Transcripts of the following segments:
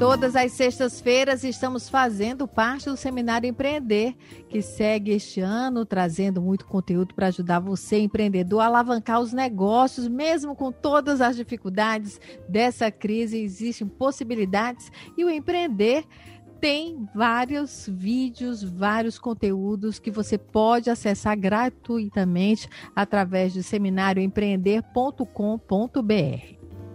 Todas as sextas-feiras estamos fazendo parte do Seminário Empreender, que segue este ano trazendo muito conteúdo para ajudar você, empreendedor, a alavancar os negócios, mesmo com todas as dificuldades dessa crise. Existem possibilidades e o Empreender tem vários vídeos, vários conteúdos que você pode acessar gratuitamente através do seminarioempreender.com.br.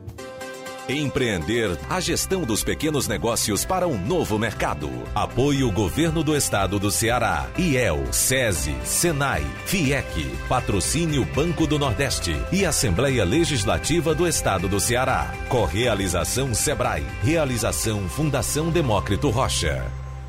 Empreender, a gestão dos pequenos negócios para um novo mercado. Apoio Governo do Estado do Ceará, IEL, SESI, SENAI, FIEC, Patrocínio Banco do Nordeste e Assembleia Legislativa do Estado do Ceará. Correalização Sebrae, realização Fundação Demócrito Rocha.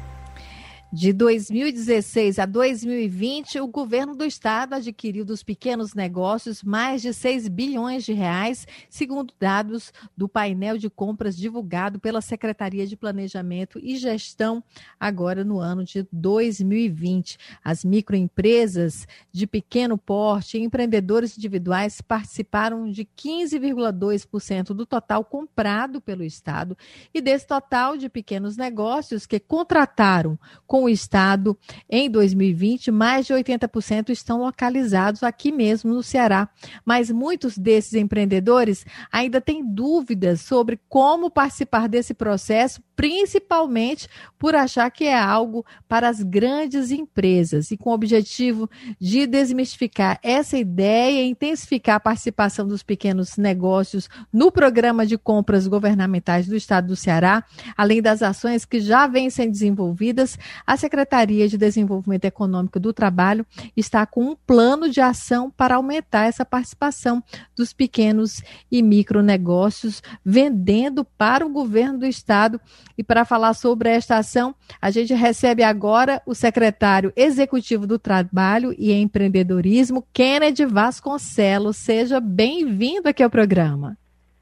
De 2016 a 2020, o governo do estado adquiriu dos pequenos negócios mais de 6 bilhões de reais, segundo dados do painel de compras divulgado pela Secretaria de Planejamento e Gestão, agora no ano de 2020. As microempresas de pequeno porte e empreendedores individuais participaram de 15,2% do total comprado pelo estado, e desse total de pequenos negócios que contrataram com o Estado em 2020, mais de 80% estão localizados aqui mesmo no Ceará. Mas muitos desses empreendedores ainda têm dúvidas sobre como participar desse processo, principalmente por achar que é algo para as grandes empresas. E com o objetivo de desmistificar essa ideia e intensificar a participação dos pequenos negócios no programa de compras governamentais do Estado do Ceará, além das ações que já vêm sendo desenvolvidas, a Secretaria de Desenvolvimento Econômico do Trabalho está com um plano de ação para aumentar essa participação dos pequenos e micronegócios, vendendo para o governo do Estado. E para falar sobre esta ação, a gente recebe agora o secretário executivo do Trabalho e Empreendedorismo, Kennedy Vasconcelos. Seja bem-vindo aqui ao programa.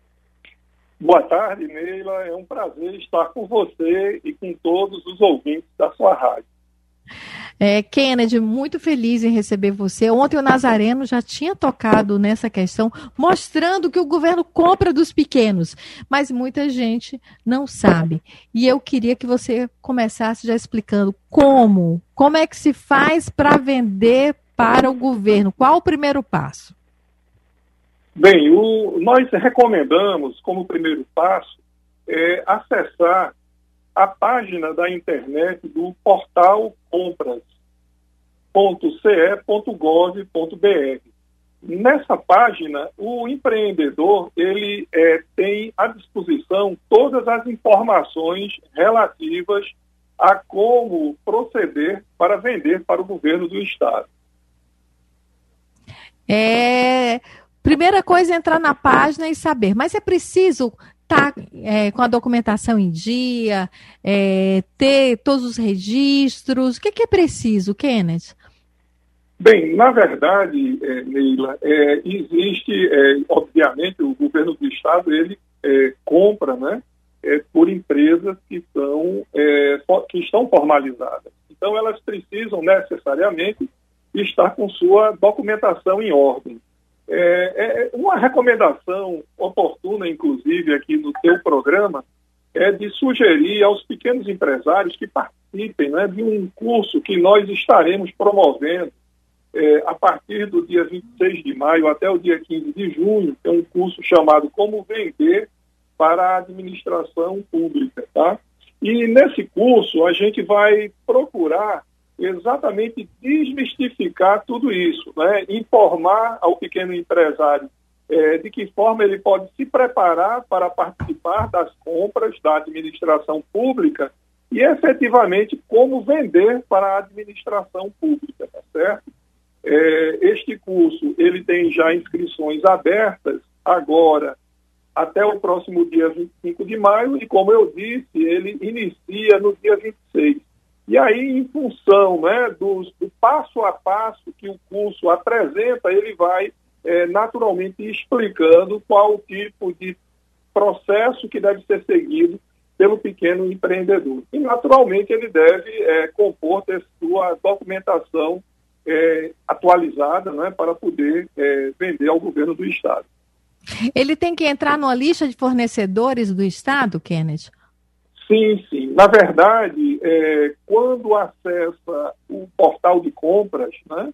Boa tarde, Neila. É um prazer estar com você e com todos os ouvintes da sua rádio. Kennedy, muito feliz em receber você. Ontem o Nazareno já tinha tocado nessa questão, mostrando que o governo compra dos pequenos, mas muita gente não sabe. E eu queria que você começasse já explicando como é que se faz para vender para o governo. Qual o primeiro passo? Bem, nós recomendamos, como primeiro passo, acessar a página da internet do portal compras.ce.gov.br. Nessa página, o empreendedor ele tem à disposição todas as informações relativas a como proceder para vender para o governo do Estado. Primeira coisa é entrar na página e saber, mas é preciso estar com a documentação em dia, ter todos os registros. O que é preciso, Kennedy? Bem, na verdade, Neila, existe, obviamente, o governo do Estado, ele compra, né, por empresas que estão formalizadas. Então, elas precisam necessariamente estar com sua documentação em ordem. Uma recomendação oportuna, inclusive, aqui no teu programa, é de sugerir aos pequenos empresários que participem, né, de um curso que nós estaremos promovendo a partir do dia 26 de maio até o dia 15 de junho, que é um curso chamado Como Vender para a Administração Pública, tá? E nesse curso a gente vai procurar exatamente desmistificar tudo isso, né? Informar ao pequeno empresário de que forma ele pode se preparar para participar das compras da administração pública e efetivamente como vender para a administração pública, tá certo? Este curso ele tem já inscrições abertas agora até o próximo dia 25 de maio e, como eu disse, ele inicia no dia 26. E aí, em função, né, do passo a passo que o curso apresenta, ele vai naturalmente explicando qual o tipo de processo que deve ser seguido pelo pequeno empreendedor. E, naturalmente, ele deve compor sua documentação atualizada, né, para poder vender ao governo do Estado. Ele tem que entrar numa lista de fornecedores do Estado, Kennedy? Sim, sim. Na verdade, quando acessa o portal de compras, né,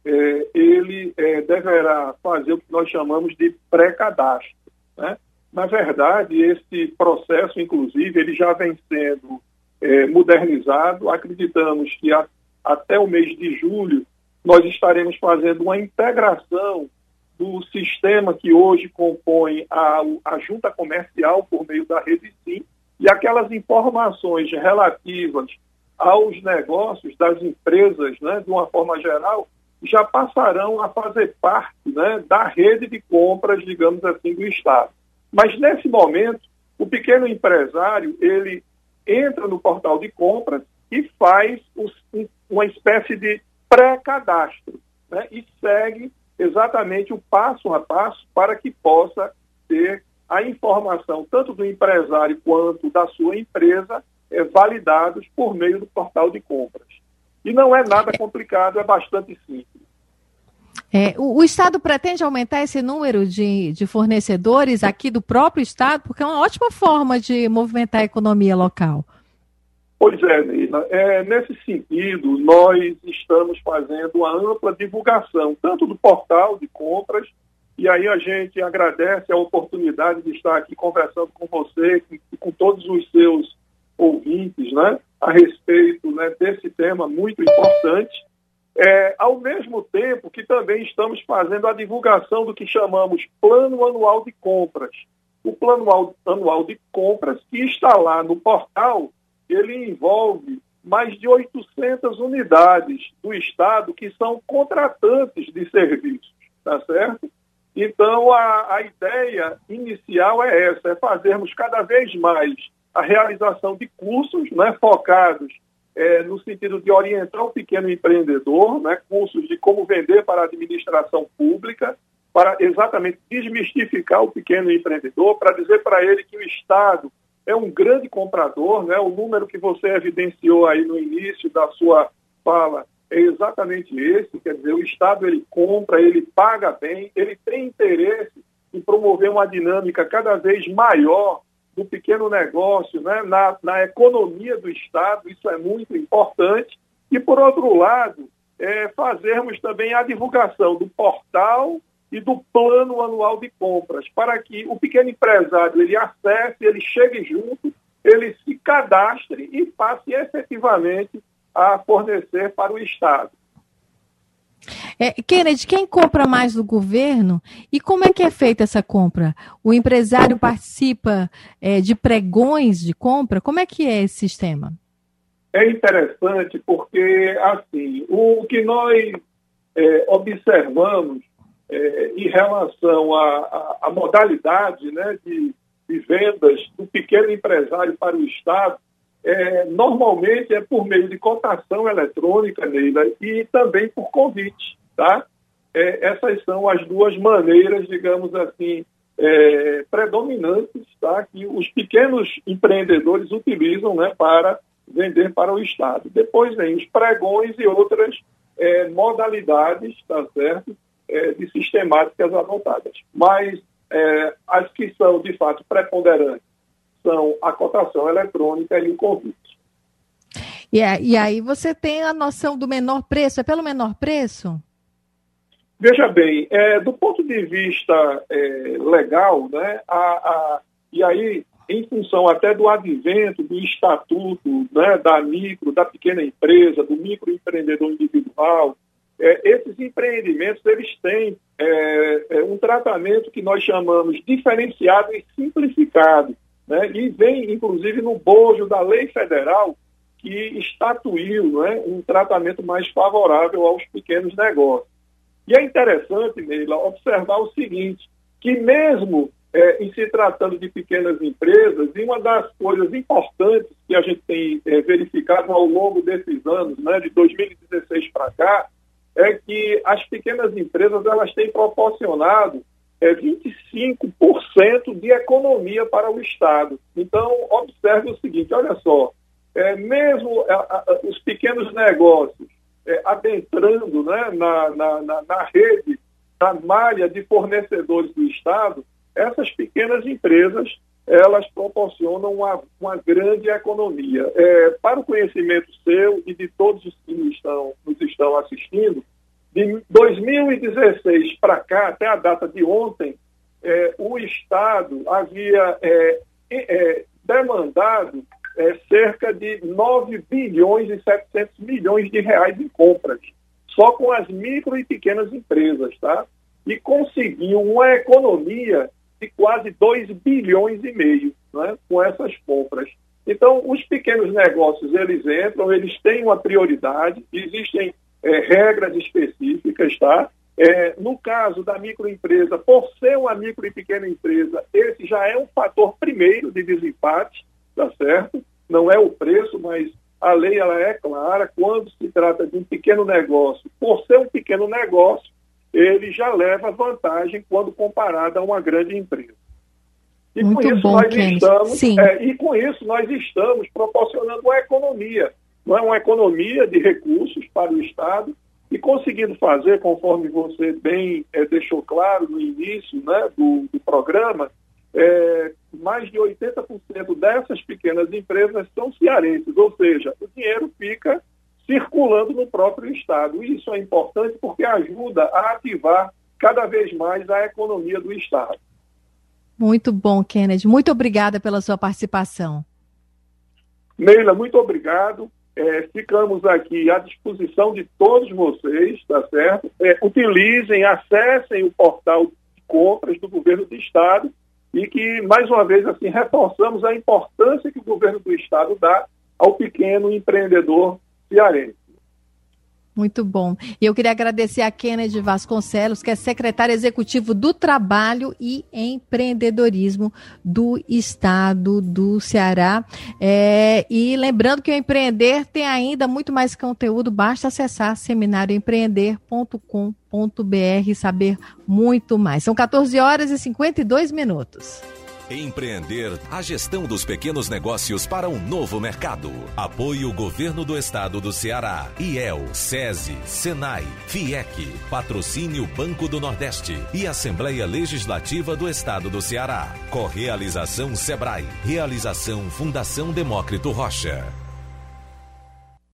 ele deverá fazer o que nós chamamos de pré-cadastro, né? Na verdade, esse processo, inclusive, ele já vem sendo modernizado. Acreditamos que até o mês de julho nós estaremos fazendo uma integração do sistema que hoje compõe a junta comercial por meio da Rede Sim, e aquelas informações relativas aos negócios das empresas, né, de uma forma geral, já passarão a fazer parte, né, da rede de compras, digamos assim, do Estado. Mas, nesse momento, o pequeno empresário, ele entra no portal de compras e faz uma espécie de pré-cadastro, né, e segue exatamente o passo a passo para que possa ter a informação, tanto do empresário quanto da sua empresa, validados por meio do portal de compras. E não é nada complicado, é bastante simples. O Estado pretende aumentar esse número de fornecedores aqui do próprio Estado, porque é uma ótima forma de movimentar a economia local. Pois é, Neila. Nesse sentido, nós estamos fazendo uma ampla divulgação, tanto do portal de compras, e aí a gente agradece a oportunidade de estar aqui conversando com você e com todos os seus ouvintes, né, a respeito, né, desse tema muito importante. Ao mesmo tempo que também estamos fazendo a divulgação do que chamamos Plano Anual de Compras. O Plano Anual de Compras, que está lá no portal, ele envolve mais de 800 unidades do Estado que são contratantes de serviços, tá certo? Então, a ideia inicial é essa, é fazermos cada vez mais a realização de cursos, né, focados no sentido de orientar o pequeno empreendedor, né, cursos de como vender para a administração pública, para exatamente desmistificar o pequeno empreendedor, para dizer para ele que o Estado é um grande comprador, né, o número que você evidenciou aí no início da sua fala é exatamente esse, quer dizer, o Estado ele compra, ele paga bem, ele tem interesse em promover uma dinâmica cada vez maior do pequeno negócio, né, na economia do Estado, isso é muito importante. E, por outro lado, fazermos também a divulgação do portal e do Plano Anual de Compras, para que o pequeno empresário ele acesse, ele chegue junto, ele se cadastre e passe efetivamente a fornecer para o Estado. Kennedy, quem compra mais do governo e como é que é feita essa compra? O empresário participa de pregões de compra? Como é que é esse sistema? É interessante porque, assim, o que nós observamos em relação à modalidade, né, de vendas do pequeno empresário para o Estado, normalmente é por meio de cotação eletrônica, Neila, e também por convite, tá? Essas são as duas maneiras, digamos assim, predominantes, tá, que os pequenos empreendedores utilizam, né, para vender para o Estado. Depois vem os pregões e outras modalidades, tá certo, de sistemáticas adotadas. Mas as que são, de fato, preponderantes são a cotação eletrônica e o convite. E aí você tem a noção do menor preço? É pelo menor preço? Veja bem, do ponto de vista legal, né, e aí, em função até do advento do estatuto, né, da pequena empresa, do microempreendedor individual, esses empreendimentos eles têm um tratamento que nós chamamos diferenciado e simplificado, né, e vem, inclusive, no bojo da lei federal que estatuiu, né, um tratamento mais favorável aos pequenos negócios. E é interessante, Neila, observar o seguinte, que mesmo em se tratando de pequenas empresas, e uma das coisas importantes que a gente tem verificado ao longo desses anos, né, de 2016 para cá, é que as pequenas empresas elas têm proporcionado 25% de economia para o Estado. Então, observe o seguinte, olha só, mesmo os pequenos negócios adentrando, né, na rede, na malha de fornecedores do Estado, essas pequenas empresas elas proporcionam uma grande economia. Para o conhecimento seu e de todos os que nos estão assistindo, de 2016 para cá, até a data de ontem, o Estado havia demandado cerca de 9 bilhões e 700 milhões de reais em compras, só com as micro e pequenas empresas, tá? E conseguiu uma economia de quase 2 bilhões e meio, né, com essas compras. Então, os pequenos negócios, eles entram, eles têm uma prioridade, existem regras específicas, tá? No caso da microempresa, por ser uma micro e pequena empresa, esse já é um fator primeiro de desempate, tá certo? Não é o preço, mas a lei ela é clara. Quando se trata de um pequeno negócio, por ser um pequeno negócio, ele já leva vantagem quando comparado a uma grande empresa. E muito com isso bom, com isso nós estamos proporcionando uma economia, não é uma economia de recursos para o Estado, e conseguindo fazer, conforme você bem deixou claro no início, né, do programa, mais de 80% dessas pequenas empresas são cearenses, ou seja, o dinheiro fica circulando no próprio Estado. E isso é importante porque ajuda a ativar cada vez mais a economia do Estado. Muito bom, Kennedy. Muito obrigada pela sua participação. Neila, muito obrigado. Ficamos aqui à disposição de todos vocês, tá certo? Utilizem, acessem o portal de compras do Governo do Estado e que, mais uma vez, assim, reforçamos a importância que o Governo do Estado dá ao pequeno empreendedor cearense. Muito bom. E eu queria agradecer a Kennedy Vasconcelos, que é secretário executivo do Trabalho e Empreendedorismo do Estado do Ceará. E lembrando que o Empreender tem ainda muito mais conteúdo, basta acessar seminarioempreender.com.br e saber muito mais. São 14h52. Empreender, a gestão dos pequenos negócios para um novo mercado. Apoio Governo do Estado do Ceará, IEL, SESI, SENAI, FIEC, Patrocínio Banco do Nordeste e Assembleia Legislativa do Estado do Ceará. Correalização Sebrae, realização Fundação Demócrito Rocha.